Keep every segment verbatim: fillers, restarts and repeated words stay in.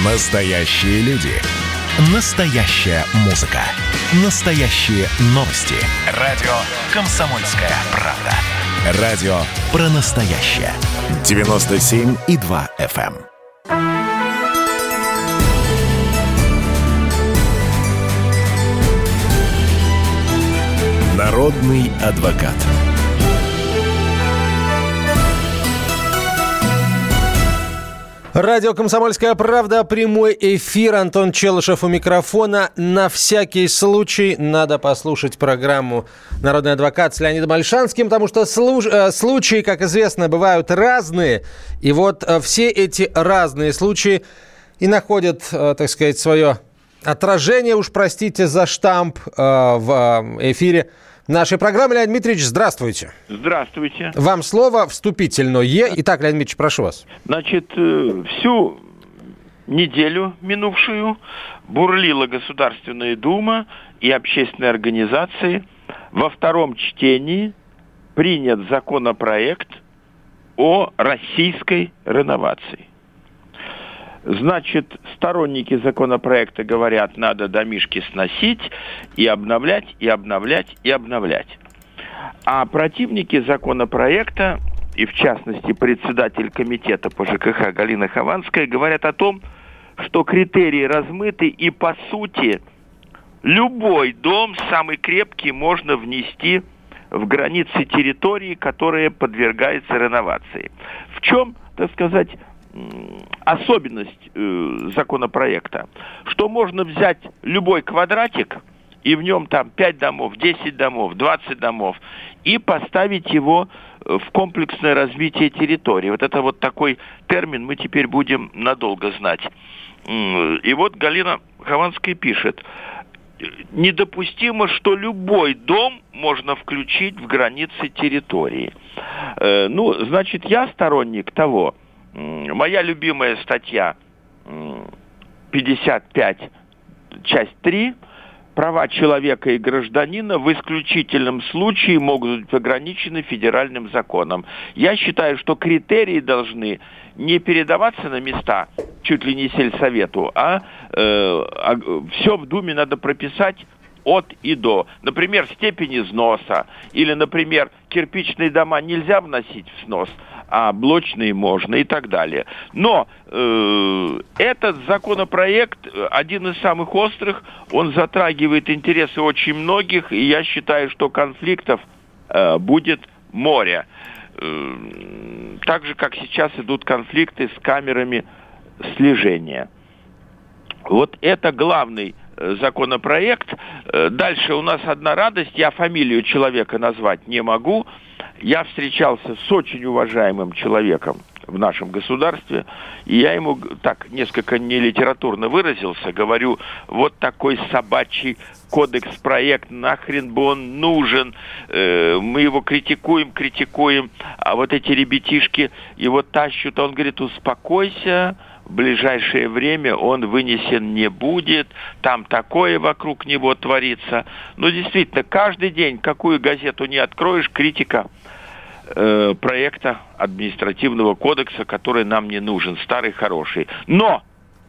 Настоящие люди. Настоящая музыка. Настоящие новости. Радио «Комсомольская правда». Радио про настоящее. девяносто семь и два эф эм. Народный адвокат. Радио «Комсомольская правда», прямой эфир. Антон Челышев у микрофона. На всякий случай надо послушать программу «Народный адвокат» с Леонидом Ольшанским, потому что служ... случаи, как известно, бывают разные. И вот все эти разные случаи и находят, так сказать, свое отражение, уж простите за штамп, в эфире нашей программы. Леонид Дмитриевич, здравствуйте. Здравствуйте. Вам слово вступительное. Итак, Леонид Дмитриевич, прошу вас. Значит, всю неделю минувшую бурлила Государственная Дума и общественные организации. Во втором чтении принят законопроект о российской реновации. Значит, сторонники законопроекта говорят, надо домишки сносить и обновлять, и обновлять, и обновлять. А противники законопроекта, и в частности председатель комитета по ЖКХ Галина Хованская, говорят о том, что критерии размыты, и по сути любой дом, самый крепкий, можно внести в границы территории, которая подвергается реновации. В чем, так сказать, особенность э, законопроекта, что можно взять любой квадратик, и в нем там пять домов, десять домов, двадцать домов, и поставить его в комплексное развитие территории. Вот это вот такой термин мы теперь будем надолго знать. И вот Галина Хованская пишет: недопустимо, что любой дом можно включить в границы территории. Э, ну, значит, я сторонник того. Моя любимая статья пятьдесят пять, часть три. Права человека и гражданина в исключительном случае могут быть ограничены федеральным законом. Я считаю, что критерии должны не передаваться на места, чуть ли не сельсовету, а, э, а все в Думе надо прописать от и до. Например, степень износа. Или, например, кирпичные дома нельзя вносить в снос, а блочные можно и так далее. Но э, этот законопроект один из самых острых. Он затрагивает интересы очень многих. И я считаю, что конфликтов э, будет море. Э, так же, как сейчас идут конфликты с камерами слежения. Вот это главный законопроект. Дальше у нас одна радость. Я фамилию человека назвать не могу. Я встречался с очень уважаемым человеком в нашем государстве, и я ему так несколько нелитературно выразился, говорю, вот такой собачий кодекс-проект, нахрен бы он нужен, э, мы его критикуем, критикуем, а вот эти ребятишки его тащут, он говорит, успокойся, в ближайшее время он вынесен не будет, там такое вокруг него творится. Ну, действительно, каждый день, какую газету не откроешь, критика э, проекта административного кодекса, который нам не нужен, старый, хороший. Но,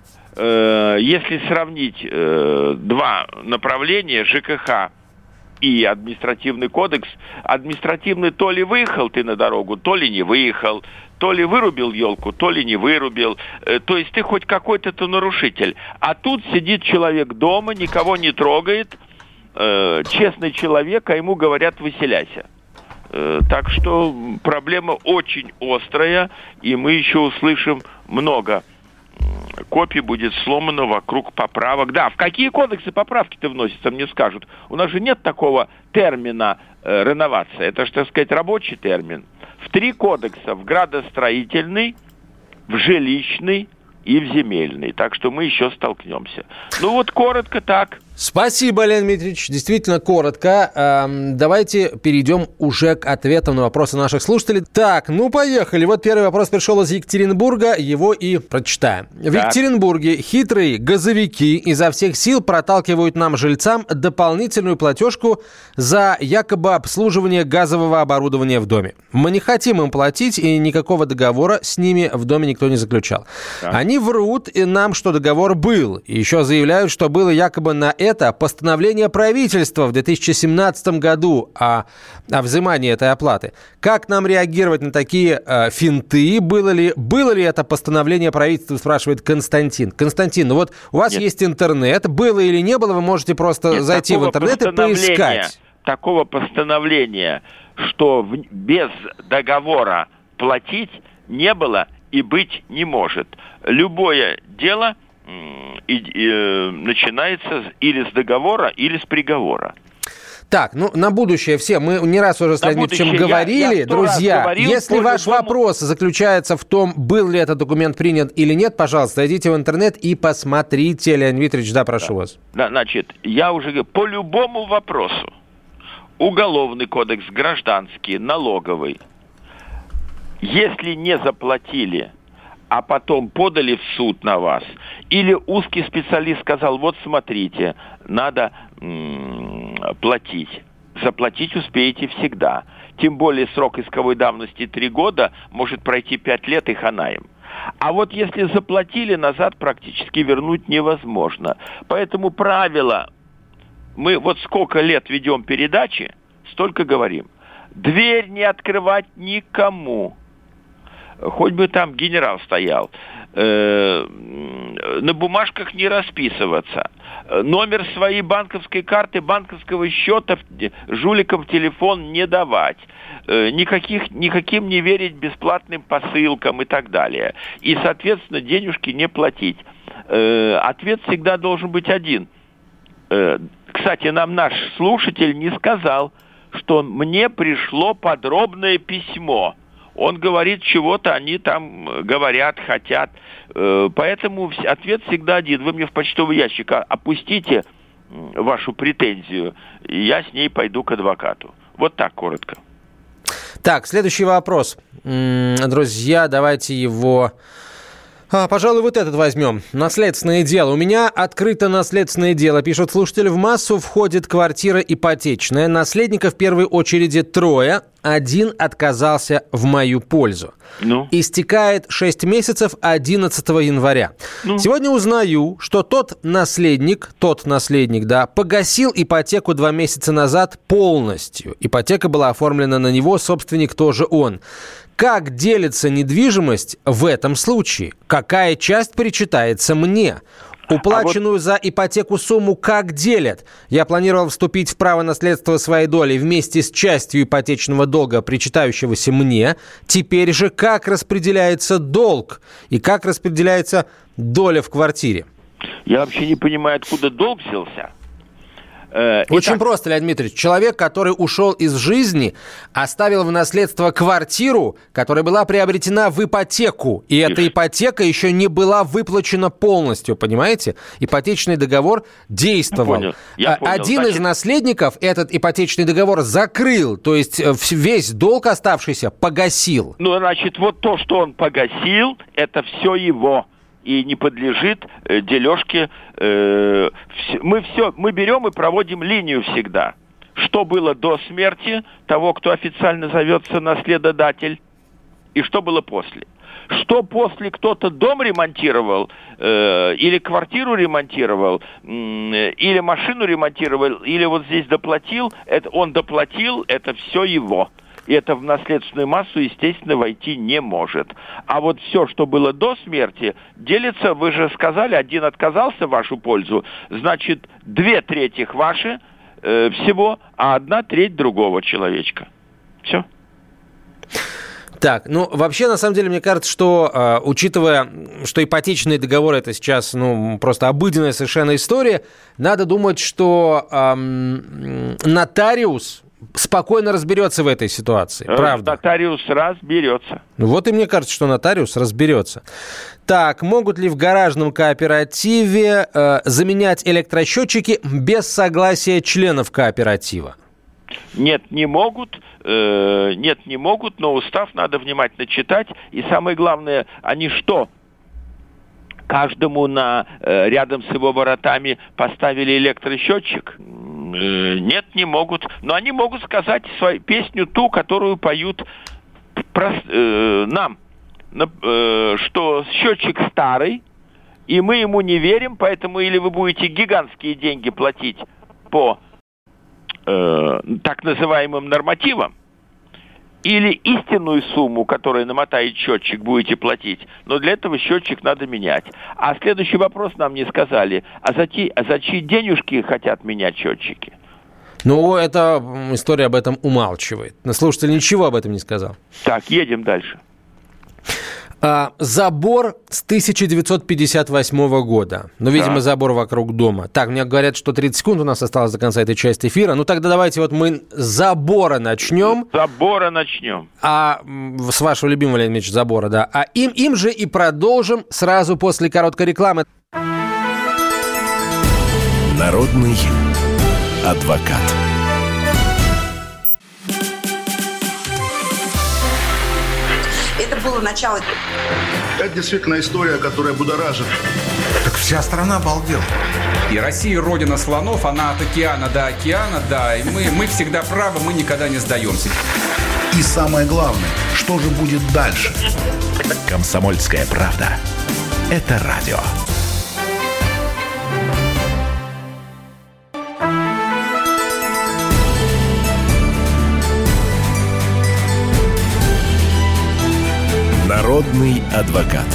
э, если сравнить э, два направления, ЖКХ и административный кодекс, административный то ли выехал ты на дорогу, то ли не выехал, то ли вырубил елку, то ли не вырубил. То есть ты хоть какой-то нарушитель. А тут сидит человек дома, никого не трогает, э, честный человек, а ему говорят «выселяйся». Э, так что проблема очень острая, и мы еще услышим много копий будет сломано вокруг поправок. Да, в какие кодексы поправки-то вносятся, мне скажут. У нас же нет такого термина э, реновация. Это же, так сказать, рабочий термин. В три кодекса: в градостроительный, в жилищный и в земельный. Так что мы еще столкнемся. Ну вот коротко так. Спасибо, Леонид Дмитриевич. Действительно коротко. Эм, давайте перейдем уже к ответам на вопросы наших слушателей. Так, ну поехали. Вот первый вопрос пришел из Екатеринбурга. Его и прочитаем. В так. Екатеринбурге хитрые газовики изо всех сил проталкивают нам, жильцам, дополнительную платежку за якобы обслуживание газового оборудования в доме. Мы не хотим им платить, и никакого договора с ними в доме никто не заключал. Так. Они врут и нам, что договор был. И еще заявляют, что было якобы на это постановление правительства в две тысячи семнадцатом году о, о взимании этой оплаты. Как нам реагировать на такие э, финты? Было ли, было ли это постановление правительства, спрашивает Константин. Константин, ну вот у вас Нет. есть интернет. Было или не было, вы можете просто Нет, зайти в интернет и поискать. Такого постановления, что в, без договора платить, не было и быть не может. Любое дело... И, и, э, начинается или с договора, или с приговора. Так, ну, на будущее все. Мы не раз уже с Леонидом Дмитриевичем говорили. Я, я друзья, говорил, если ваш любому... вопрос заключается в том, был ли этот документ принят или нет, пожалуйста, зайдите в интернет и посмотрите. Леонид Дмитриевич, да, прошу да. вас. Да, значит, я уже говорю, по любому вопросу. Уголовный кодекс, гражданский, налоговый. Если не заплатили... а потом подали в суд на вас, или узкий специалист сказал, вот смотрите, надо м- платить. Заплатить успеете всегда. Тем более срок исковой давности три года, может пройти пять лет и хана им. А вот если заплатили, назад практически вернуть невозможно. Поэтому правило, мы вот сколько лет ведем передачи, столько говорим. Дверь не открывать никому. Хоть бы там генерал стоял, э, на бумажках не расписываться, номер своей банковской карты, банковского счета жуликам в телефон не давать, э, никаких, никаким не верить бесплатным посылкам и так далее. И, соответственно, денежки не платить. Э, ответ всегда должен быть один. Э, кстати, нам наш слушатель не сказал, что мне пришло подробное письмо. Он говорит, чего-то они там говорят, хотят. Поэтому ответ всегда один. Вы мне в почтовый ящик опустите вашу претензию, и я с ней пойду к адвокату. Вот так коротко. Так, следующий вопрос. Друзья, давайте его... А, пожалуй, вот этот возьмем. Наследственное дело. У меня открыто наследственное дело. Пишут слушатели, в массу входит квартира ипотечная. Наследников в первой очереди трое. Один отказался в мою пользу. Ну? Истекает шесть месяцев одиннадцатого января. Ну? Сегодня узнаю, что тот наследник, тот наследник, да, погасил ипотеку два месяца назад полностью. Ипотека была оформлена на него, собственник тоже он. Как делится недвижимость в этом случае? Какая часть причитается мне? Уплаченную а вот... за ипотеку сумму как делят? Я планировал вступить в право наследства своей доли вместе с частью ипотечного долга, причитающегося мне. Теперь же как распределяется долг? И как распределяется доля в квартире? Я вообще не понимаю, откуда долг взялся. Очень Итак. просто, Леонид Дмитриевич. Человек, который ушел из жизни, оставил в наследство квартиру, которая была приобретена в ипотеку. И эта ипотека еще не была выплачена полностью, понимаете? Ипотечный договор действовал. Я понял. Я понял. Один Значит... из наследников этот ипотечный договор закрыл, то есть весь долг оставшийся погасил. Ну, значит, вот то, что он погасил, это все его. И не подлежит э, дележке. Э, вс- мы все, мы берем и проводим линию всегда. Что было до смерти того, кто официально зовется наследодатель, и что было после. Что после кто-то дом ремонтировал, э, или квартиру ремонтировал, э, или машину ремонтировал, или вот здесь доплатил, это он доплатил, это все его. И это в наследственную массу, естественно, войти не может. А вот все, что было до смерти, делится, вы же сказали, один отказался в вашу пользу, значит, две трети ваши э, всего, а одна треть другого человечка. Все. Так, ну, вообще, на самом деле, мне кажется, что, э, учитывая, что ипотечные договоры – это сейчас, ну, просто обыденная совершенно история, надо думать, что э, нотариус спокойно разберется в этой ситуации, правда? Нотариус разберется. Вот и мне кажется, что нотариус разберется. Так, могут ли в гаражном кооперативе э, заменять электросчетчики без согласия членов кооператива? Нет, не могут. Э, нет, не могут, но устав надо внимательно читать. И самое главное, они что? Каждому на, э, рядом с его воротами поставили электросчетчик? Э, нет, не могут. Но они могут сказать свою песню, ту, которую поют про, э, нам. Э, что счетчик старый, и мы ему не верим, поэтому или вы будете гигантские деньги платить по э, так называемым нормативам, или истинную сумму, которую намотает счетчик, будете платить. Но для этого счетчик надо менять. А следующий вопрос нам не сказали. А за чьи, а за чьи денежки хотят менять счетчики? Ну, эта история об этом умалчивает. Слушатель ничего об этом не сказал. Так, едем дальше. А, забор с тысяча девятьсот пятьдесят восьмого года. Ну, видимо, да. Забор вокруг дома. Так, мне говорят, что тридцать секунд у нас осталось до конца этой части эфира. Ну, тогда давайте вот мы с забора начнем. С забора начнем. А с вашего любимого, Леонид Ильич, забора, да. А им, им же и продолжим сразу после короткой рекламы. Народный адвокат. Это было начало. Это действительно история, которая будоражит. Так вся страна обалдела. И Россия родина слонов, она от океана до океана, да. И мы, мы всегда правы, мы никогда не сдаемся. И самое главное, что же будет дальше? «Комсомольская правда». Это радио. Народный адвокат.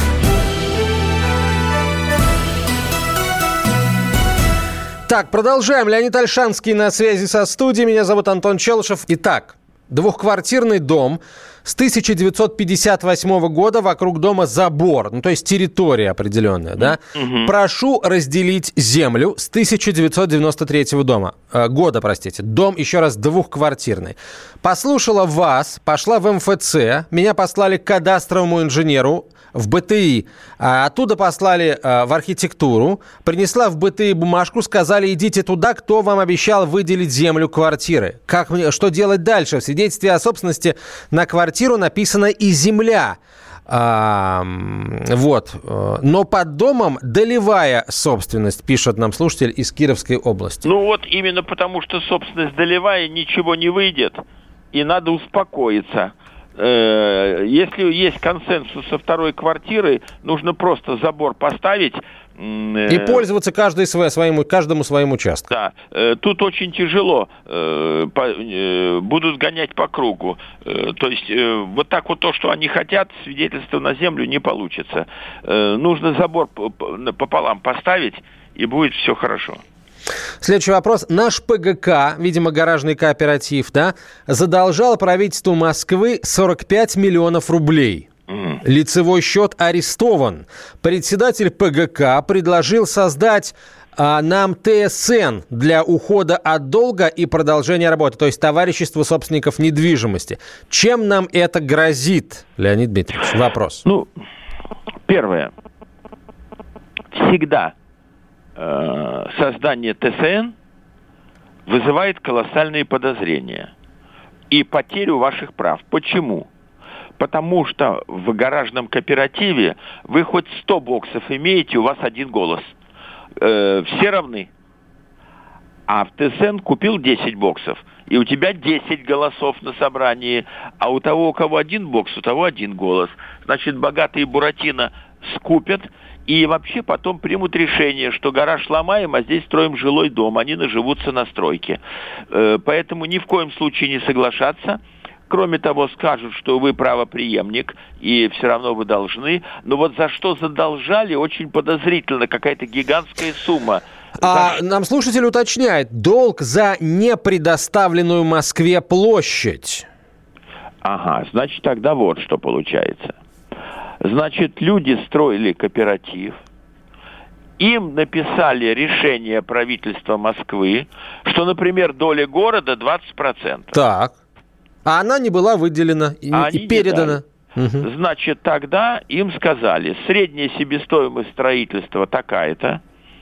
Так, продолжаем. Леонид Ольшанский на связи со студией. Меня зовут Антон Челышев. Итак, двухквартирный дом с тысяча девятьсот пятьдесят восьмого года, вокруг дома забор, ну, то есть территория определенная, да? Mm-hmm. Прошу разделить землю с тысяча девятьсот девяносто третьего дома, э, года, простите. Дом, еще раз, двухквартирный. Послушала вас, пошла в эм эф цэ, меня послали к кадастровому инженеру, в бэ тэ и, а оттуда послали а, в архитектуру, принесла в бэ тэ и бумажку, сказали, идите туда, кто вам обещал выделить землю квартиры. Как мне, что делать дальше? В свидетельстве о собственности на квартиру написано и земля. А, вот. Но под домом долевая собственность, пишет нам слушатель из Кировской области. Ну вот именно потому, что собственность долевая, ничего не выйдет, и надо успокоиться. Если есть консенсус со второй квартирой, нужно просто забор поставить. И пользоваться каждый свой, своим, каждому своим участком. Да, тут очень тяжело. Будут гонять по кругу. То есть вот так вот то, что они хотят, свидетельство на землю не получится. Нужно забор пополам поставить, и будет все хорошо. Следующий вопрос. Наш пэ гэ ка, видимо, гаражный кооператив, да, задолжал правительству Москвы сорок пять миллионов рублей. Mm. Лицевой счет арестован. Председатель пэ гэ ка предложил создать а, нам тэ эс эн для ухода от долга и продолжения работы, то есть товарищество собственников недвижимости. Чем нам это грозит, Леонид Дмитриевич? Вопрос. Ну, первое. Всегда создание тэ эс эн вызывает колоссальные подозрения и потерю ваших прав. Почему? Потому что в гаражном кооперативе вы хоть сто боксов имеете, у вас один голос. Э, все равны. А в тэ эс эн купил десять боксов, и у тебя десять голосов на собрании, а у того, у кого один бокс, у того один голос. Значит, богатые Буратино скупят, и вообще потом примут решение, что гараж ломаем, а здесь строим жилой дом. Они наживутся на стройке. Поэтому ни в коем случае не соглашаться. Кроме того, скажут, что вы правопреемник, и все равно вы должны. Но вот за что задолжали, очень подозрительно. Какая-то гигантская сумма. А за... нам слушатель уточняет. Долг за непредоставленную Москве площадь. Ага, значит, тогда вот что получается. Значит, люди строили кооператив, им написали решение правительства Москвы, что, например, доля города двадцать процентов. Так. А она не была выделена и, а и передана. Угу. Значит, тогда им сказали, средняя себестоимость строительства такая-то,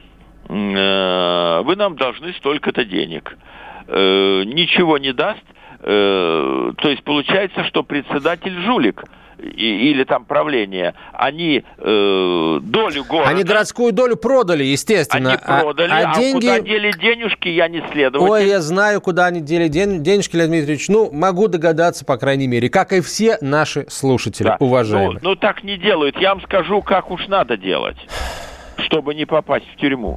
э, вы нам должны столько-то денег. Э, ничего не даст. Э, то есть получается, что председатель жулик. И, или там правление, они э, долю города... Они городскую долю продали, естественно. Они продали, а, а, а деньги... куда дели денежки, я не следователь. Ой, я знаю, куда они дели ден... денежки, Леонид Дмитриевич. Ну, могу догадаться, по крайней мере, как и все наши слушатели, да. уважаемые. Ну, ну, так не делают. Я вам скажу, как уж надо делать, чтобы не попасть в тюрьму.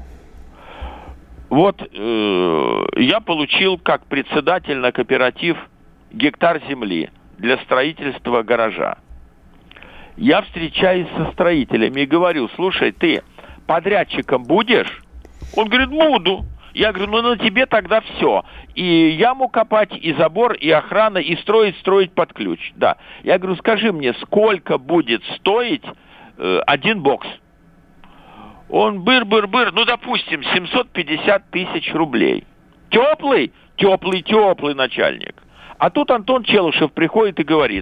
Вот э, я получил, как председатель на кооператив, гектар земли для строительства гаража. Я встречаюсь со строителями и говорю, слушай, ты подрядчиком будешь? Он говорит, буду. Я говорю, ну на тебе тогда все. И яму копать, и забор, и охрана, и строить, строить под ключ. Да. Я говорю, скажи мне, сколько будет стоить э, один бокс? Он быр-быр-быр, ну допустим, семьсот пятьдесят тысяч рублей. Теплый? Теплый, теплый начальник. А тут Антон Челышев приходит и говорит,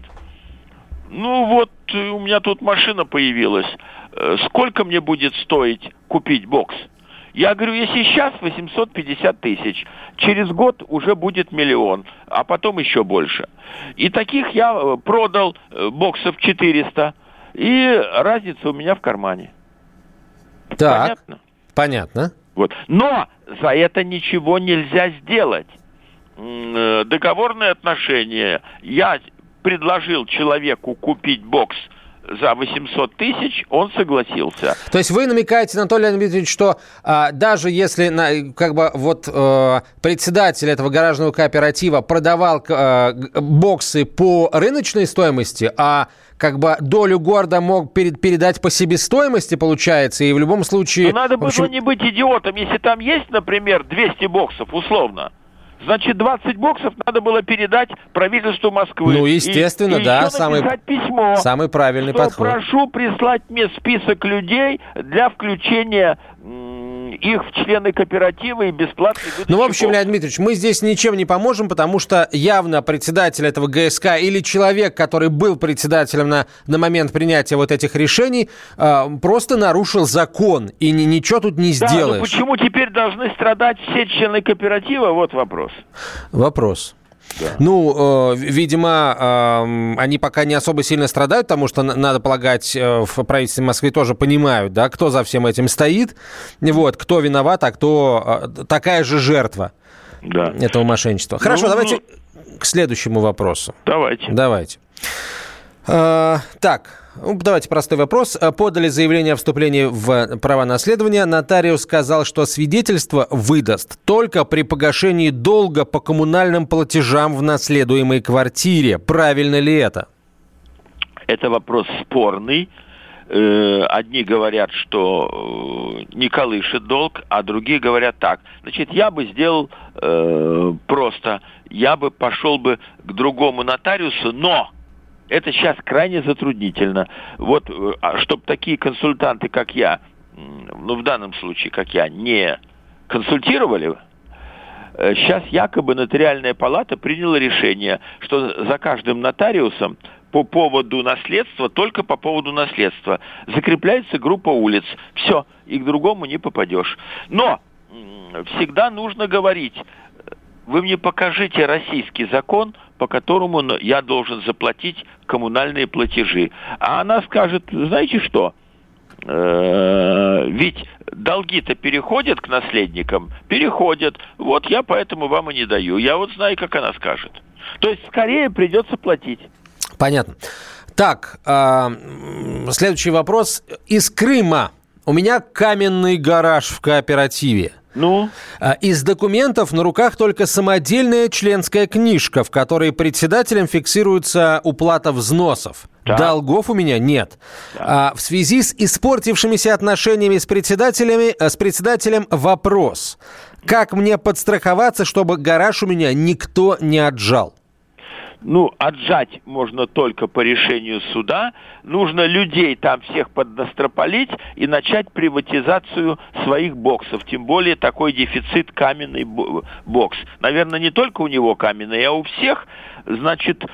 ну вот у меня тут машина появилась, сколько мне будет стоить купить бокс? Я говорю, если сейчас восемьсот пятьдесят тысяч, через год уже будет миллион, а потом еще больше. И таких я продал боксов четыреста, и разница у меня в кармане. Так, понятно? Понятно. Вот. Но за это ничего нельзя сделать. Договорные отношения. Я предложил человеку купить бокс за восемьсот тысяч, он согласился. То есть вы намекаете, Анатолий Дмитриевич, что а, даже если на, как бы вот а, председатель этого гаражного кооператива продавал а, боксы по рыночной стоимости, а как бы долю города мог перед, передать по себестоимости, получается, и в любом случае... Но надо было общем... не быть идиотом. Если там есть, например, двести боксов, условно, значит, двадцать боксов надо было передать правительству Москвы. Ну, естественно, и, и да. еще самый, письмо, самый правильный что подход. Прошу прислать мне список людей для включения их в члены кооператива и бесплатной выдачи. Ну, в общем, Леонид Дмитриевич, мы здесь ничем не поможем, потому что явно председатель этого ГСК или человек, который был председателем на, на момент принятия вот этих решений, э, просто нарушил закон, и ни, ничего тут не да, сделаешь. Ну почему теперь должны страдать все члены кооператива? Вот вопрос. Вопрос. Да. Ну, э, видимо, э, они пока не особо сильно страдают, потому что, надо полагать, э, в правительстве Москвы тоже понимают, да, кто за всем этим стоит, вот, кто виноват, а кто э, такая же жертва да. этого мошенничества. Хорошо, ну, давайте ну... к следующему вопросу. Давайте. Давайте. Э, так. Давайте простой вопрос. Подали заявление о вступлении в права наследования. Нотариус сказал, что свидетельство выдаст только при погашении долга по коммунальным платежам в наследуемой квартире. Правильно ли это? Это вопрос спорный. Одни говорят, что не колышет долг, а другие говорят так. Значит, я бы сделал э, просто, я бы пошел бы к другому нотариусу, но... Это сейчас крайне затруднительно. Вот, чтобы такие консультанты, как я, ну, в данном случае, как я, не консультировали, сейчас якобы нотариальная палата приняла решение, что за каждым нотариусом по поводу наследства, только по поводу наследства, закрепляется группа улиц. Все, и к другому не попадешь. Но всегда нужно говорить, вы мне покажите российский закон, по которому я должен заплатить коммунальные платежи. А она скажет, знаете что, э-э, ведь долги-то переходят к наследникам, переходят, вот я поэтому вам и не даю. Я вот знаю, как она скажет. То есть скорее придется платить. Понятно. Так, э, следующий вопрос. Из Крыма. У меня каменный гараж в кооперативе. Ну? Из документов на руках только самодельная членская книжка, в которой председателем фиксируется уплата взносов. Да. Долгов у меня нет. Да. В связи с испортившимися отношениями с председателями, с председателем вопрос. Как мне подстраховаться, чтобы гараж у меня никто не отжал? Ну, отжать можно только по решению суда. Нужно людей там всех поднастрополить и начать приватизацию своих боксов. Тем более такой дефицит каменный бокс. Наверное, не только у него каменный, а у всех. Значит,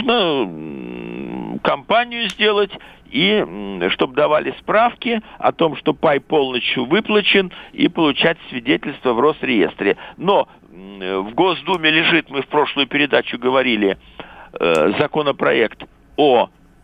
нужно компанию сделать, и чтобы давали справки о том, что пай полностью выплачен, и получать свидетельство в Росреестре. Но в Госдуме лежит, мы в прошлую передачу говорили, э, законопроект о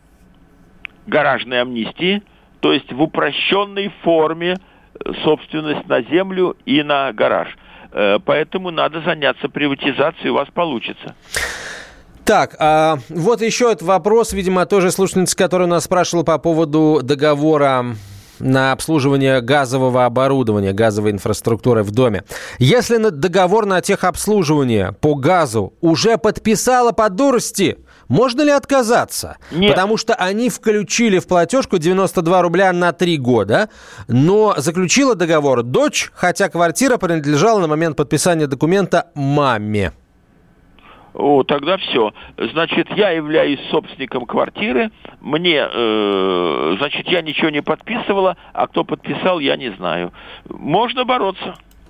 гаражной амнистии, то есть в упрощенной форме собственность на землю и на гараж. Э, поэтому надо заняться приватизацией, у вас получится. Так, а вот еще этот вопрос, видимо, тоже слушательница, которая нас спрашивала по поводу договора на обслуживание газового оборудования, газовой инфраструктуры в доме. Если договор на техобслуживание по газу уже подписала по дурости, можно ли отказаться? Нет. Потому что они включили в платежку девяносто два рубля на три года, но заключила договор дочь, хотя квартира принадлежала на момент подписания документа маме. О, тогда все. Значит, я являюсь собственником квартиры, мне, э, значит, я ничего не подписывала, а кто подписал, я не знаю. Можно бороться.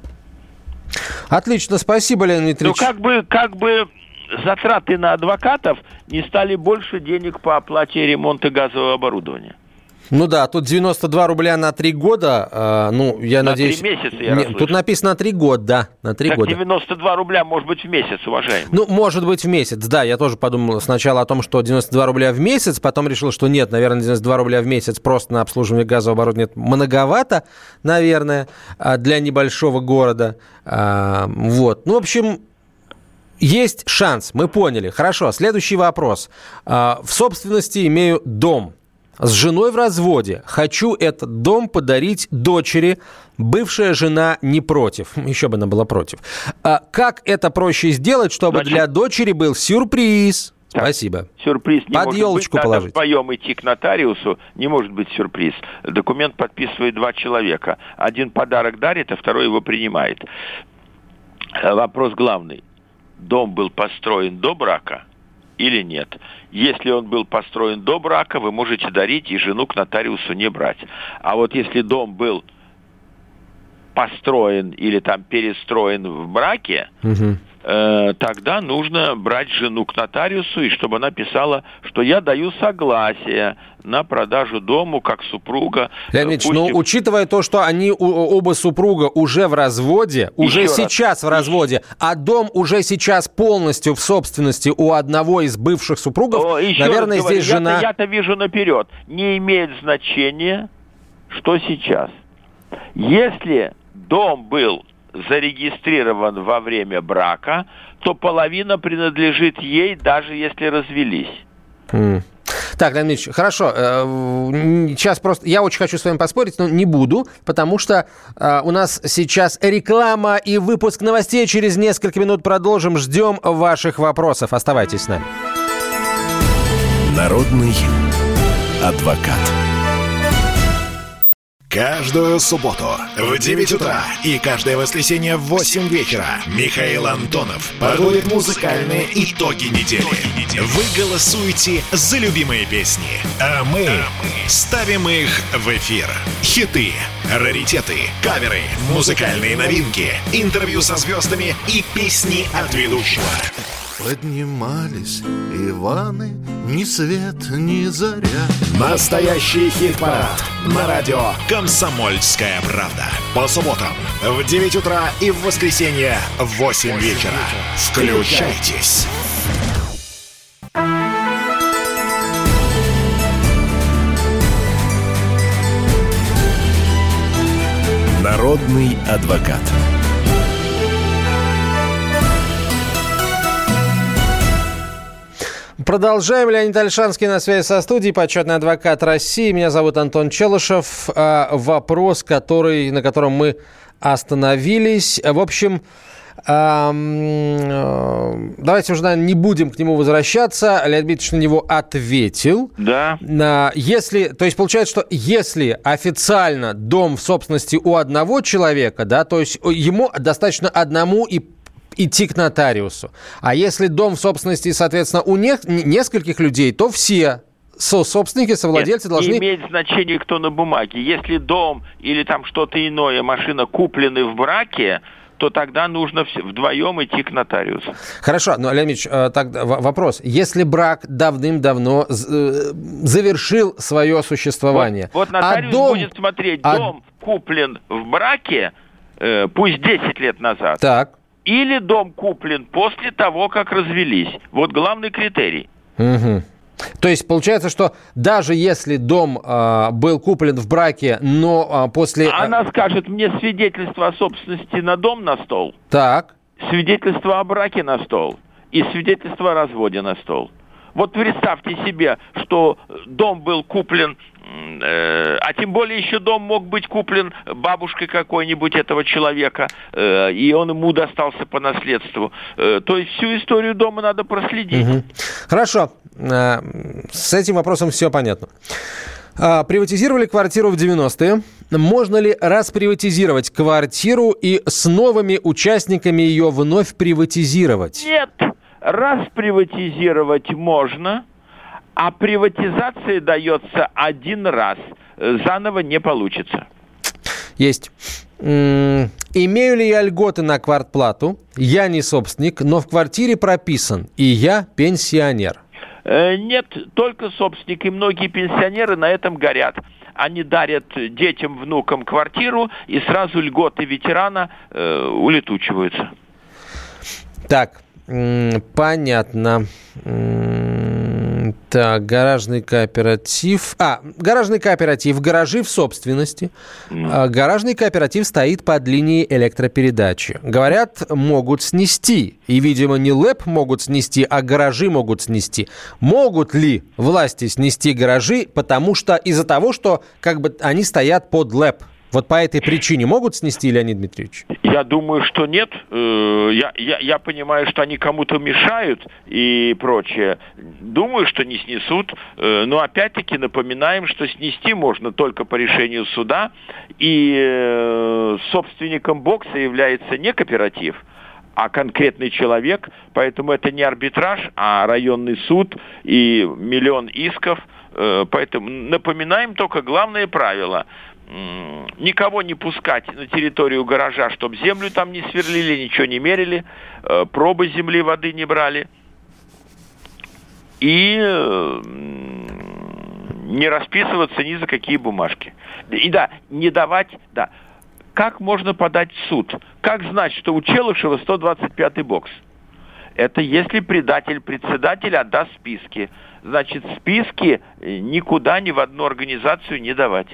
Отлично, спасибо, Леонид Ильич. Ну, как бы, как бы затраты на адвокатов не стали больше денег по оплате ремонта газового оборудования. Ну да, тут девяносто два рубля на три года, э, ну, я на надеюсь... На три месяца, я Нет, тут написано на три года, да, на три года. девяносто два рубля может быть в месяц, уважаемый. Ну, может быть в месяц, да, я тоже подумал сначала о том, что девяносто два рубля в месяц, потом решил, что нет, наверное, девяносто два рубля в месяц просто на обслуживание газового оборудования многовато, наверное, для небольшого города, вот. Ну, в общем... Есть шанс, мы поняли. Хорошо, следующий вопрос. В собственности имею дом. С женой в разводе. Хочу этот дом подарить дочери. Бывшая жена не против. Еще бы она была против. А как это проще сделать, чтобы Значит... для дочери был сюрприз? Так, Спасибо. Сюрприз не Под может елочку быть. положить. Надо вдвоем идти к нотариусу. Не может быть сюрприз. Документ подписывает два человека. Один подарок дарит, а второй его принимает. Вопрос главный. Дом был построен до брака или нет? Если он был построен до брака, вы можете дарить и жену к нотариусу не брать. А вот если дом был построен или там перестроен в браке, угу. э, тогда нужно брать жену к нотариусу, и чтобы она писала, что я даю согласие на продажу дому как супруга. Леонид Ильич, но учитывая то, что они оба супруга уже в разводе, уже Еще сейчас раз. в разводе, а дом уже сейчас полностью в собственности у одного из бывших супругов, О, наверное, здесь говорю, жена... Я-то, я-то вижу наперед. Не имеет значения, что сейчас. Если дом был зарегистрирован во время брака, то половина принадлежит ей, даже если развелись. Mm. Так, Леонид Ильич, хорошо. Сейчас просто... Я очень хочу с вами поспорить, но не буду, потому что у нас сейчас реклама и выпуск новостей. Через несколько минут продолжим. Ждем ваших вопросов. Оставайтесь с нами. Народный адвокат. Каждую субботу в девять утра и каждое воскресенье в восемь вечера Михаил Антонов подводит музыкальные итоги недели. Вы голосуете за любимые песни, а мы ставим их в эфир. Хиты, раритеты, каверы, музыкальные новинки, интервью со звездами и песни от ведущего. Поднимались Иваны, ни свет, ни заря. Настоящий хит-парад на радио «Комсомольская правда». По субботам в девять утра и в воскресенье в восемь вечера. Включайтесь. Народный адвокат. Продолжаем. Леонид Ольшанский на связи со студией, почетный адвокат России. Меня зовут Антон Челышев. Вопрос, который, на котором мы остановились. В общем, давайте уже, наверное, не будем к нему возвращаться. Леонид Дмитриевич на него ответил. Да. Если, то есть получается, что если официально дом в собственности у одного человека, да, то есть ему достаточно одному и идти к нотариусу. А если дом в собственности, соответственно, у не- нескольких людей, то все собственники, совладельцы Нет, должны... не имеет значения, кто на бумаге. Если дом или там что-то иное, машина куплены в браке, то тогда нужно вдвоем идти к нотариусу. Хорошо, но, Леонид Ильич, тогда вопрос. Если брак давным-давно завершил свое существование... Вот, вот нотариус а дом... будет смотреть, а... дом куплен в браке, э, пусть десять лет назад, так. или дом куплен после того, как развелись. Вот главный критерий. Угу. То есть получается, что даже если дом э, был куплен в браке, но э, после... Она скажет мне свидетельство о собственности на дом на стол, так. свидетельство о браке на стол и свидетельство о разводе на стол. Вот представьте себе, что дом был куплен, э, а тем более еще дом мог быть куплен бабушкой какой-нибудь этого человека, э, и он ему достался по наследству. Э, то есть всю историю дома надо проследить. Угу. Хорошо. Э, с этим вопросом все понятно. Э, приватизировали квартиру в девяностые. Можно ли расприватизировать квартиру и с новыми участниками ее вновь приватизировать? Нет. Расприватизировать можно, а приватизация дается один раз. Заново не получится. Есть. М-м, имею ли я льготы на квартплату? Я не собственник, но в квартире прописан, и я пенсионер. Э, нет, только собственник, и многие пенсионеры на этом горят. Они дарят детям, внукам квартиру, и сразу льготы ветерана э, улетучиваются. Так. Понятно. Так, гаражный кооператив. А, гаражный кооператив, гаражи в собственности. Mm. Гаражный кооператив стоит под линией электропередачи. Говорят, могут снести. И, видимо, не ЛЭП могут снести, а гаражи могут снести. Могут ли власти снести гаражи, потому что из-за того, что как бы они стоят под ЛЭП? Вот по этой причине могут снести, Леонид Дмитриевич? Я думаю, что нет. Я, я, я понимаю, что они кому-то мешают и прочее. Думаю, что не снесут. Но опять-таки напоминаем, что снести можно только по решению суда. И собственником бокса является не кооператив, а конкретный человек. Поэтому это не арбитраж, а районный суд и миллион исков. Поэтому напоминаем только главное правило – никого не пускать на территорию гаража, чтобы землю там не сверлили, ничего не мерили, пробы земли, воды не брали. И не расписываться ни за какие бумажки. И да, не давать, да. Как можно подать в суд? Как знать, что у Челышева сто двадцать пятый бокс? Это если предатель-председатель отдаст списки. Значит, списки никуда, ни в одну организацию не давать.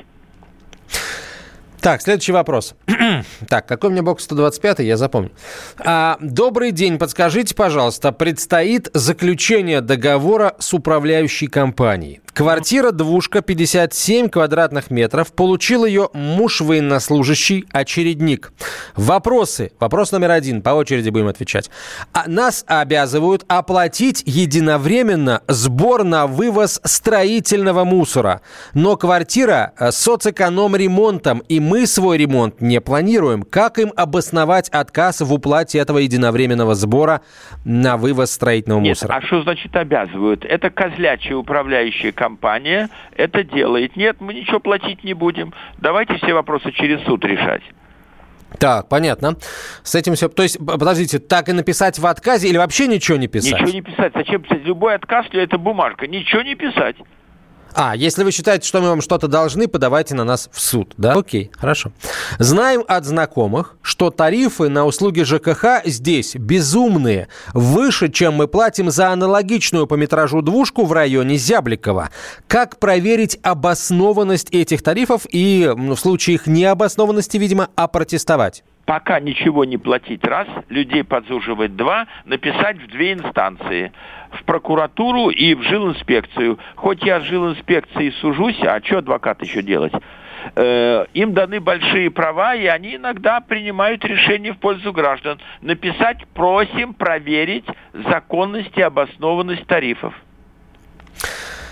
Так, следующий вопрос. Так, какой у меня бокс сто двадцать пятый, я запомню. А, добрый день, подскажите, пожалуйста, предстоит заключение договора с управляющей компанией. Квартира-двушка, пятьдесят семь квадратных метров. Получил ее муж военнослужащий, очередник. Вопросы. Вопрос номер один. По очереди будем отвечать. А нас обязывают оплатить единовременно сбор на вывоз строительного мусора. Но квартира с соцэконом-ремонтом, и мы свой ремонт не планируем. Как им обосновать отказ в уплате этого единовременного сбора на вывоз строительного Нет, мусора? А что значит обязывают? Это козлячая управляющая компания. Компания это делает. Нет, мы ничего платить не будем. Давайте все вопросы через суд решать. Так, понятно. С этим все... То есть, подождите, так и написать в отказе или вообще ничего не писать? Ничего не писать. Зачем писать? Любой отказ, это бумажка. Ничего не писать. А, если вы считаете, что мы вам что-то должны, подавайте на нас в суд, да? Окей, хорошо. Знаем от знакомых, что тарифы на услуги ЖКХ здесь безумные, выше, чем мы платим за аналогичную по метражу двушку в районе Зябликова. Как проверить обоснованность этих тарифов и, ну, в случае их необоснованности, видимо, опротестовать? Пока ничего не платить раз, людей подзуживать два, написать в две инстанции. В прокуратуру и в жилинспекцию. Хоть я с жилинспекцией сужусь, а что адвокат еще делать? Э, им даны большие права, и они иногда принимают решения в пользу граждан. Написать просим проверить законность и обоснованность тарифов.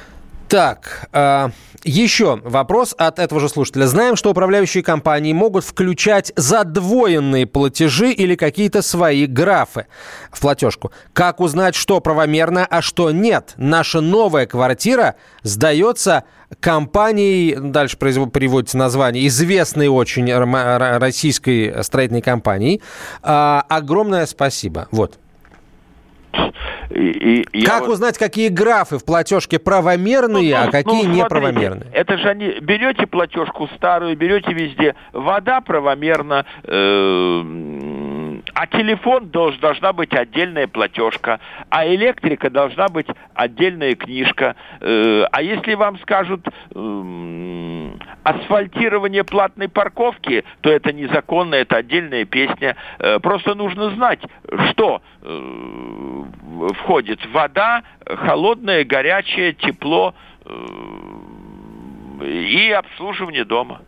Так, э, еще вопрос от этого же слушателя. Знаем, что управляющие компании могут включать задвоенные платежи или какие-то свои графы в платежку. Как узнать, что правомерно, а что нет? Наша новая квартира сдается компанией, дальше приводится название, известной очень российской строительной компанией. Э, огромное спасибо. Вот. И, и как вот... узнать, какие графы в платежке правомерные, ну, ну, а какие ну, неправомерные? Это же они, берете платежку старую, берете везде, вода правомерна, э, а телефон долж, должна быть отдельная платежка, а электрика должна быть отдельная книжка. Э, а если вам скажут э, асфальтирование платной парковки, то это незаконно, это отдельная песня. Э, просто нужно знать, что э, входит вода, холодное, горячее, тепло э, и обслуживание дома.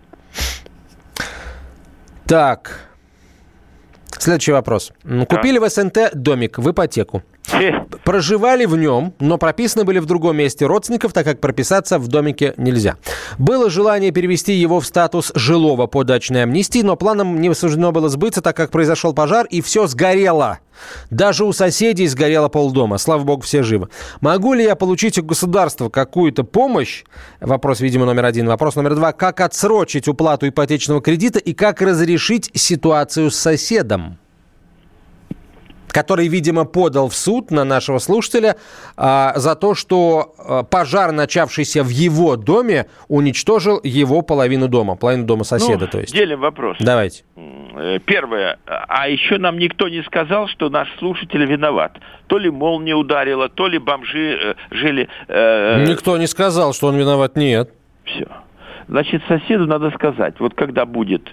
Так, следующий вопрос. Купили да. в СНТ домик в ипотеку. Проживали в нем, но прописаны были в другом месте родственников, так как прописаться в домике нельзя. Было желание перевести его в статус жилого по дачной амнистии, но планам не суждено было сбыться, так как произошел пожар и все сгорело. Даже у соседей сгорело полдома. Слава богу, все живы. Могу ли я получить у государства какую-то помощь? Вопрос, видимо, номер один. Вопрос номер два. Как отсрочить уплату ипотечного кредита и как разрешить ситуацию с соседом, который, видимо, подал в суд на нашего слушателя а, за то, что а, пожар, начавшийся в его доме, уничтожил его половину дома, половину дома соседа, ну, то есть. Делим вопрос. Давайте. Первое. А еще нам никто не сказал, что наш слушатель виноват. То ли молния ударила, то ли бомжи э, жили... Э, никто не сказал, что он виноват, нет. Все. Значит, соседу надо сказать, вот когда будет...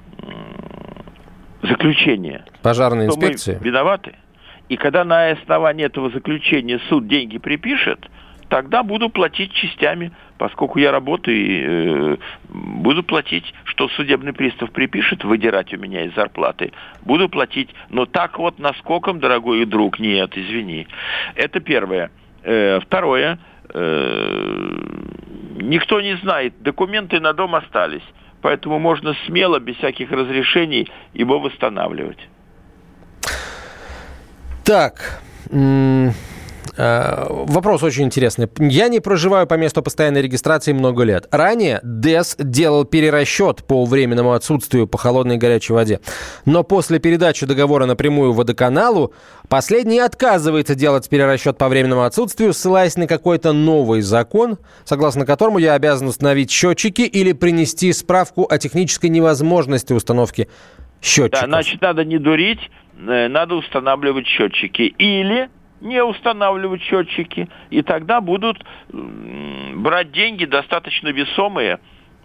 заключение. Пожарной инспекции. Мы виноваты. И когда на основании этого заключения суд деньги припишет, тогда буду платить частями, поскольку я работаю и э, буду платить, что судебный пристав припишет, выдирать у меня из зарплаты, буду платить. Но так вот наскоком, дорогой друг, нет, извини. Это первое. Э, второе. Э, никто не знает, документы на дом остались. Поэтому можно смело, без всяких разрешений, его восстанавливать. Так, м- э- вопрос очень интересный. Я не проживаю по месту постоянной регистрации много лет. Ранее ДЭС делал перерасчет по временному отсутствию по холодной и горячей воде. Но после передачи договора напрямую водоканалу, последний отказывается делать перерасчет по временному отсутствию, ссылаясь на какой-то новый закон, согласно которому я обязан установить счетчики или принести справку о технической невозможности установки счетчиков. Да, значит, надо не дурить, надо устанавливать счетчики. Или не устанавливать счетчики, и тогда будут брать деньги достаточно весомые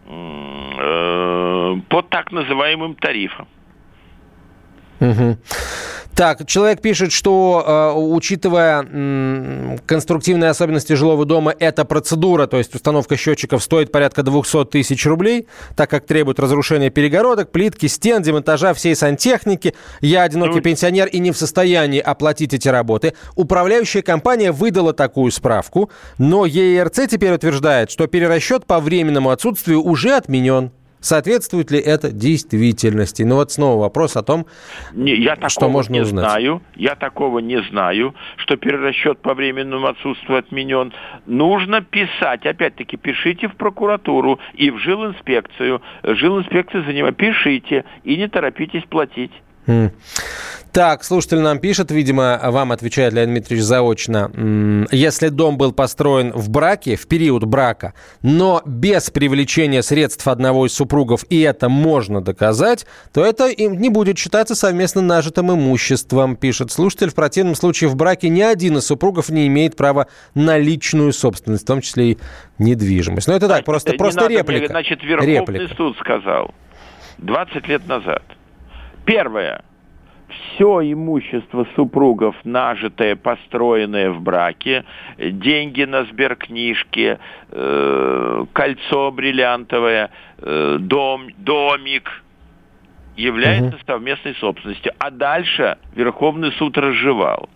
по так называемым тарифам. Угу. Так, человек пишет, что, э, учитывая м, конструктивные особенности жилого дома, эта процедура, то есть установка счетчиков, стоит порядка двести тысяч рублей, так как требует разрушения перегородок, плитки, стен, демонтажа всей сантехники. Я одинокий ну... пенсионер и не в состоянии оплатить эти работы. Управляющая компания выдала такую справку, но ЕРЦ теперь утверждает, что перерасчет по временному отсутствию уже отменен. Соответствует ли это действительности? Ну вот снова вопрос о том, не, я что можно не узнать. Знаю, я такого не знаю, что перерасчет по временному отсутствию отменен. Нужно писать. Опять-таки, пишите в прокуратуру и в жилинспекцию. Жилинспекция занимает. Пишите и не торопитесь платить. Mm. Так, слушатель нам пишет, видимо, вам отвечает Леонид Дмитриевич заочно. Если дом был построен в браке, в период брака, но без привлечения средств одного из супругов, и это можно доказать, то это не будет считаться совместно нажитым имуществом, пишет слушатель. В противном случае в браке ни один из супругов не имеет права на личную собственность, в том числе и недвижимость. Но это так, просто, просто реплика. Мне, значит, Верховный реплика. суд сказал двадцать лет назад. Первое. Все имущество супругов, нажитое, построенное в браке, деньги на сберкнижке, э, кольцо бриллиантовое, э, дом, домик, является угу. совместной собственностью. А дальше Верховный суд разжевал.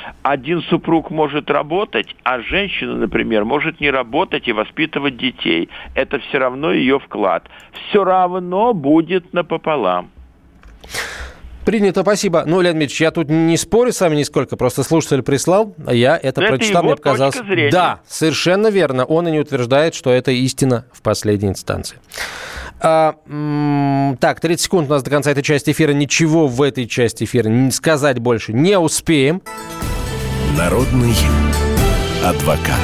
Один супруг может работать, а женщина, например, может не работать и воспитывать детей. Это все равно ее вклад. Все равно будет напополам. Принято, спасибо. Ну, Леонид Ильич, я тут не спорю с вами нисколько, просто слушатель прислал, а я это Но прочитал, это мне показалось... Да, совершенно верно. Он и не утверждает, что это истина в последней инстанции. А, м- так, тридцать секунд у нас до конца этой части эфира. Ничего в этой части эфира сказать больше не успеем. Народный адвокат.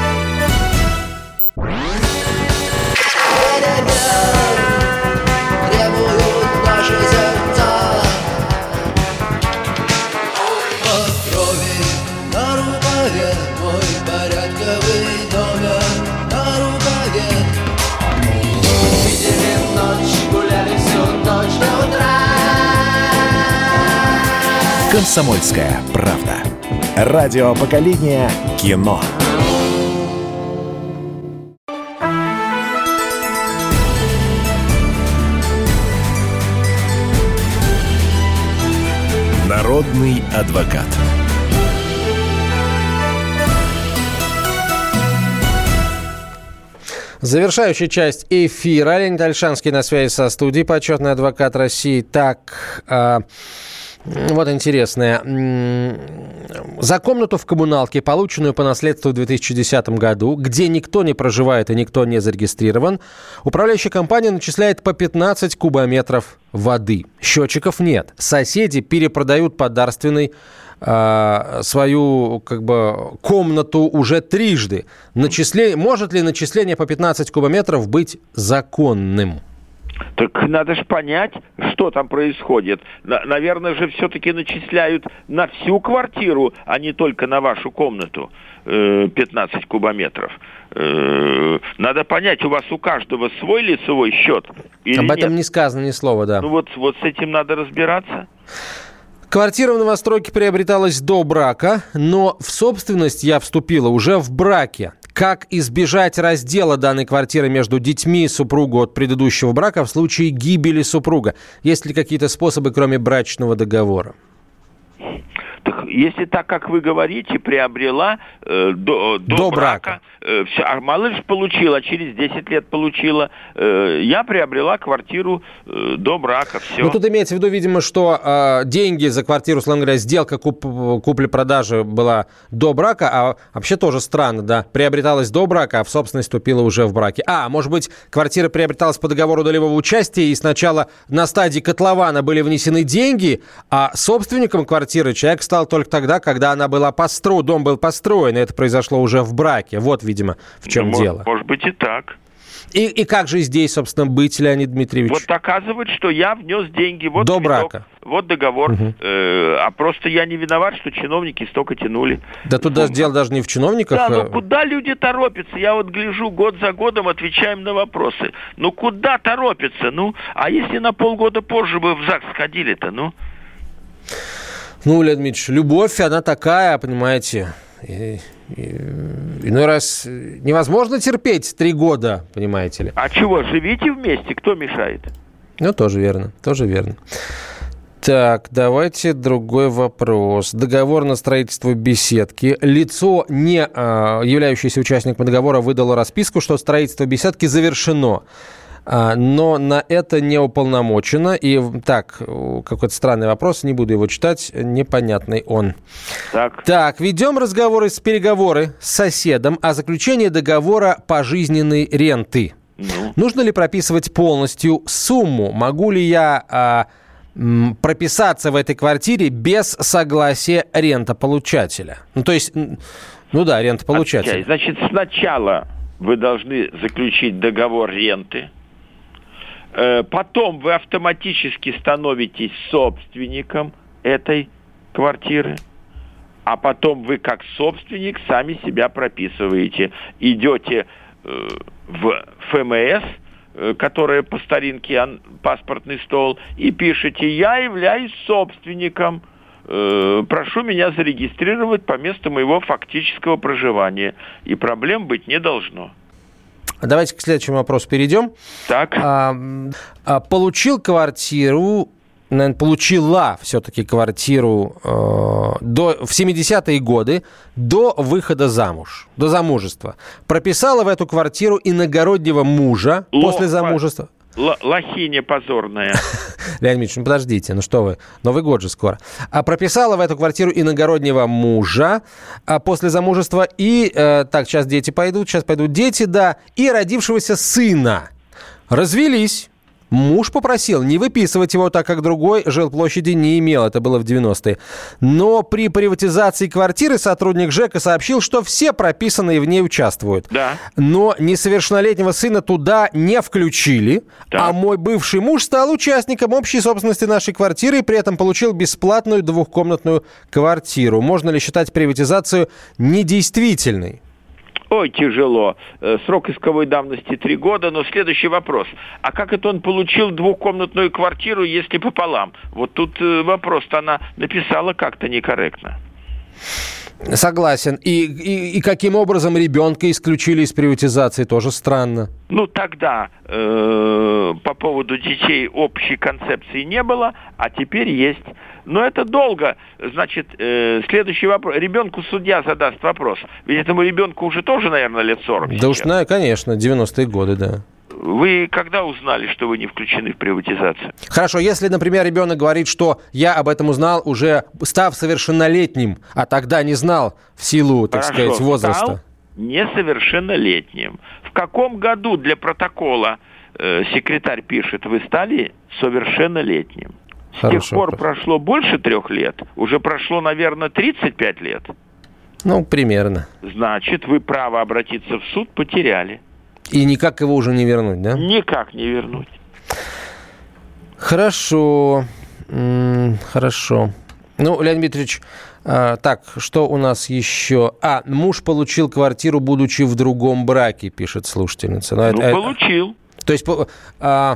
«Комсомольская правда». Радио поколения кино. Народный адвокат. Завершающая часть эфира. Леонид Ольшанский на связи со студией, почетный адвокат России. Так, э, вот интересное. За комнату в коммуналке, полученную по наследству в две тысячи десятом году, где никто не проживает и никто не зарегистрирован, управляющая компания начисляет по пятнадцать кубометров воды. Счетчиков нет. Соседи перепродают по дарственной свою как бы комнату уже трижды. Начисление, может ли начисление по пятнадцать кубометров быть законным? Так надо же понять, что там происходит. На, наверное же все-таки начисляют на всю квартиру, а не только на вашу комнату э, пятнадцать кубометров. Э, надо понять, у вас у каждого свой лицевой счет или Об этом нет? не сказано ни слова, да. Ну вот, вот с этим надо разбираться. Квартира в новостройке приобреталась до брака, но в собственность я вступила уже в браке. Как избежать раздела данной квартиры между детьми и супругу от предыдущего брака в случае гибели супруга? Есть ли какие-то способы, кроме брачного договора? Так, если так, как вы говорите, приобрела э, до, до, до брака, брака. Э, все, а мало ли получила, через десять лет получила, э, я приобрела квартиру э, до брака, все. Ну, тут имеется в виду, видимо, что э, деньги за квартиру, условно говоря, сделка куп- купли-продажи была до брака, а вообще тоже странно, да, приобреталась до брака, а в собственность вступила уже в браке. А, может быть, квартира приобреталась по договору долевого участия, и сначала на стадии котлована были внесены деньги, а собственником квартиры человек стал только тогда, когда она была построена, дом был построен, и это произошло уже в браке. Вот, видимо, в чем ну, дело. Может, может быть и так. И, и как же здесь, собственно, быть, Леонид Дмитриевич? Вот доказывать, что я внес деньги. Вот до квиток, брака. Вот договор. Угу. Э, а просто я не виноват, что чиновники столько тянули. Да тут даже дело даже не в чиновниках. Да, ну куда люди торопятся? Я вот гляжу, год за годом отвечаем на вопросы. Ну куда торопятся? Ну, а если на полгода позже бы в ЗАГС сходили-то, ну? Ну, Леонид Дмитриевич, любовь, она такая, понимаете... И, и, иной раз невозможно терпеть три года, понимаете ли. А чего, живите вместе, кто мешает? Ну, тоже верно, тоже верно. Так, давайте другой вопрос. Договор на строительство беседки. Лицо, не а, являющееся участником договора, выдало расписку, что строительство беседки завершено. Но на это не уполномочено. И так, какой-то странный вопрос, не буду его читать, непонятный он. Так, так ведем разговоры с переговоры с соседом о заключении договора пожизненной ренты. ну. Нужно ли прописывать полностью сумму? Могу ли я а, м, прописаться в этой квартире без согласия рентополучателя? Ну, то есть, ну да, рентополучателя. Значит, сначала вы должны заключить договор ренты. Потом вы автоматически становитесь собственником этой квартиры, а потом вы как собственник сами себя прописываете. Идете в ФМС, которая по старинке паспортный стол, и пишете: «Я являюсь собственником, прошу меня зарегистрировать по месту моего фактического проживания». И проблем быть не должно. Давайте к следующему вопросу перейдем. Так. А, а, получил квартиру наверное, получила все-таки квартиру э, до, в семидесятые годы, до выхода замуж, до замужества. Прописала в эту квартиру иногороднего мужа Лох, после замужества. Л- лохиня позорная. Леонид Ильич, ну подождите, ну что вы, Новый год же скоро. А прописала в эту квартиру иногороднего мужа а после замужества и, э, так, сейчас дети пойдут, сейчас пойдут дети, да, и родившегося сына. Развелись. Муж попросил не выписывать его, так как другой жилплощади не имел. Это было в девяностые. Но при приватизации квартиры сотрудник ЖЭКа сообщил, что все прописанные в ней участвуют. Да. Но несовершеннолетнего сына туда не включили. Да. А мой бывший муж стал участником общей собственности нашей квартиры и при этом получил бесплатную двухкомнатную квартиру. Можно ли считать приватизацию недействительной? Ой, тяжело. Срок исковой давности три года. Но следующий вопрос. А как это он получил двухкомнатную квартиру, если пополам? Вот тут вопрос-то она написала как-то некорректно. Согласен. И, и, и каким образом ребенка исключили из приватизации, тоже странно. Ну, тогда э, по поводу детей общей концепции не было, а теперь есть. Но это долго. Значит, э, следующий вопрос. Ребенку судья задаст вопрос. Ведь этому ребенку уже тоже, наверное, лет сорок. Да сейчас. уж, на, конечно, девяностые годы, да. Вы когда узнали, что вы не включены в приватизацию? Хорошо, если, например, ребенок говорит, что я об этом узнал, уже став совершеннолетним, а тогда не знал в силу, так Хорошо, сказать, возраста. Стал несовершеннолетним. В каком году для протокола э, секретарь пишет, вы стали совершеннолетним? С Хорошо, тех пор хорошо. прошло больше трех лет, уже прошло, наверное, тридцать пять лет. Ну, примерно. Значит, вы право обратиться в суд потеряли. И никак его уже не вернуть, да? Никак не вернуть. Хорошо. М-м, хорошо. Ну, Леонид Дмитриевич, а, так, что у нас еще? А, муж получил квартиру, будучи в другом браке, пишет слушательница. Но Ну, это, получил. Это, то есть, а,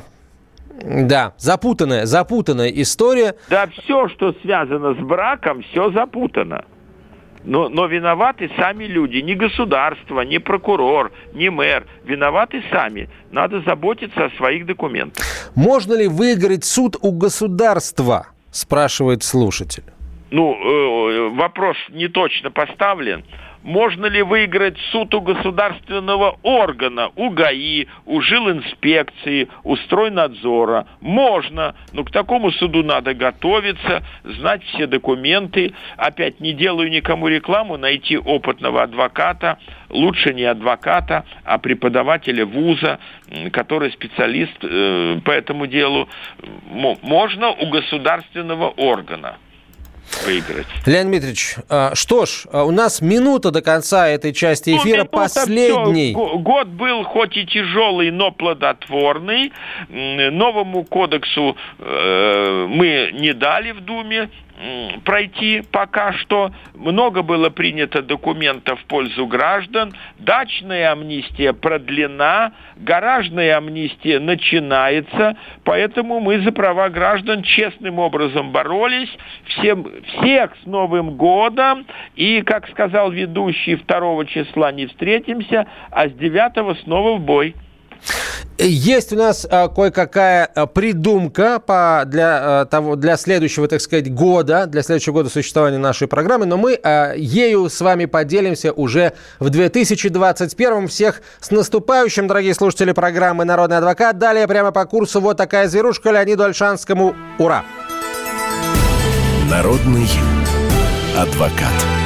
да, запутанная, запутанная история. Да, все, что связано с браком, все запутано. Но, но виноваты сами люди. Не государство, не прокурор, не мэр. Виноваты сами. Надо заботиться о своих документах. Можно ли выиграть суд у государства? Спрашивает слушатель. Ну, э, вопрос не точно поставлен. Можно ли выиграть суд у государственного органа, у ГАИ, у жилинспекции, у стройнадзора? Можно, но к такому суду надо готовиться, знать все документы. Опять не делаю никому рекламу, найти опытного адвоката, лучше не адвоката, а преподавателя вуза, который специалист э, по этому делу. Можно у государственного органа выиграть. Леонид Дмитриевич, что ж, у нас минута до конца этой части эфира, ну, последний. Все. Год был хоть и тяжелый, но плодотворный. Новому кодексу э, мы не дали в Думе пройти пока что. Много было принято документов в пользу граждан. Дачная амнистия продлена, гаражная амнистия начинается, поэтому мы за права граждан честным образом боролись. Всем, всех с Новым годом! И, как сказал ведущий, второго числа не встретимся, а с девятого снова в бой. Есть у нас а, кое-какая а, придумка по, для, а, того, для следующего, так сказать, года, для следующего года существования нашей программы, но мы а, ею с вами поделимся уже в две тысячи двадцать первом. Всех с наступающим, дорогие слушатели программы «Народный адвокат». Далее прямо по курсу вот такая зверушка Леониду Ольшанскому. Ура! Народный адвокат.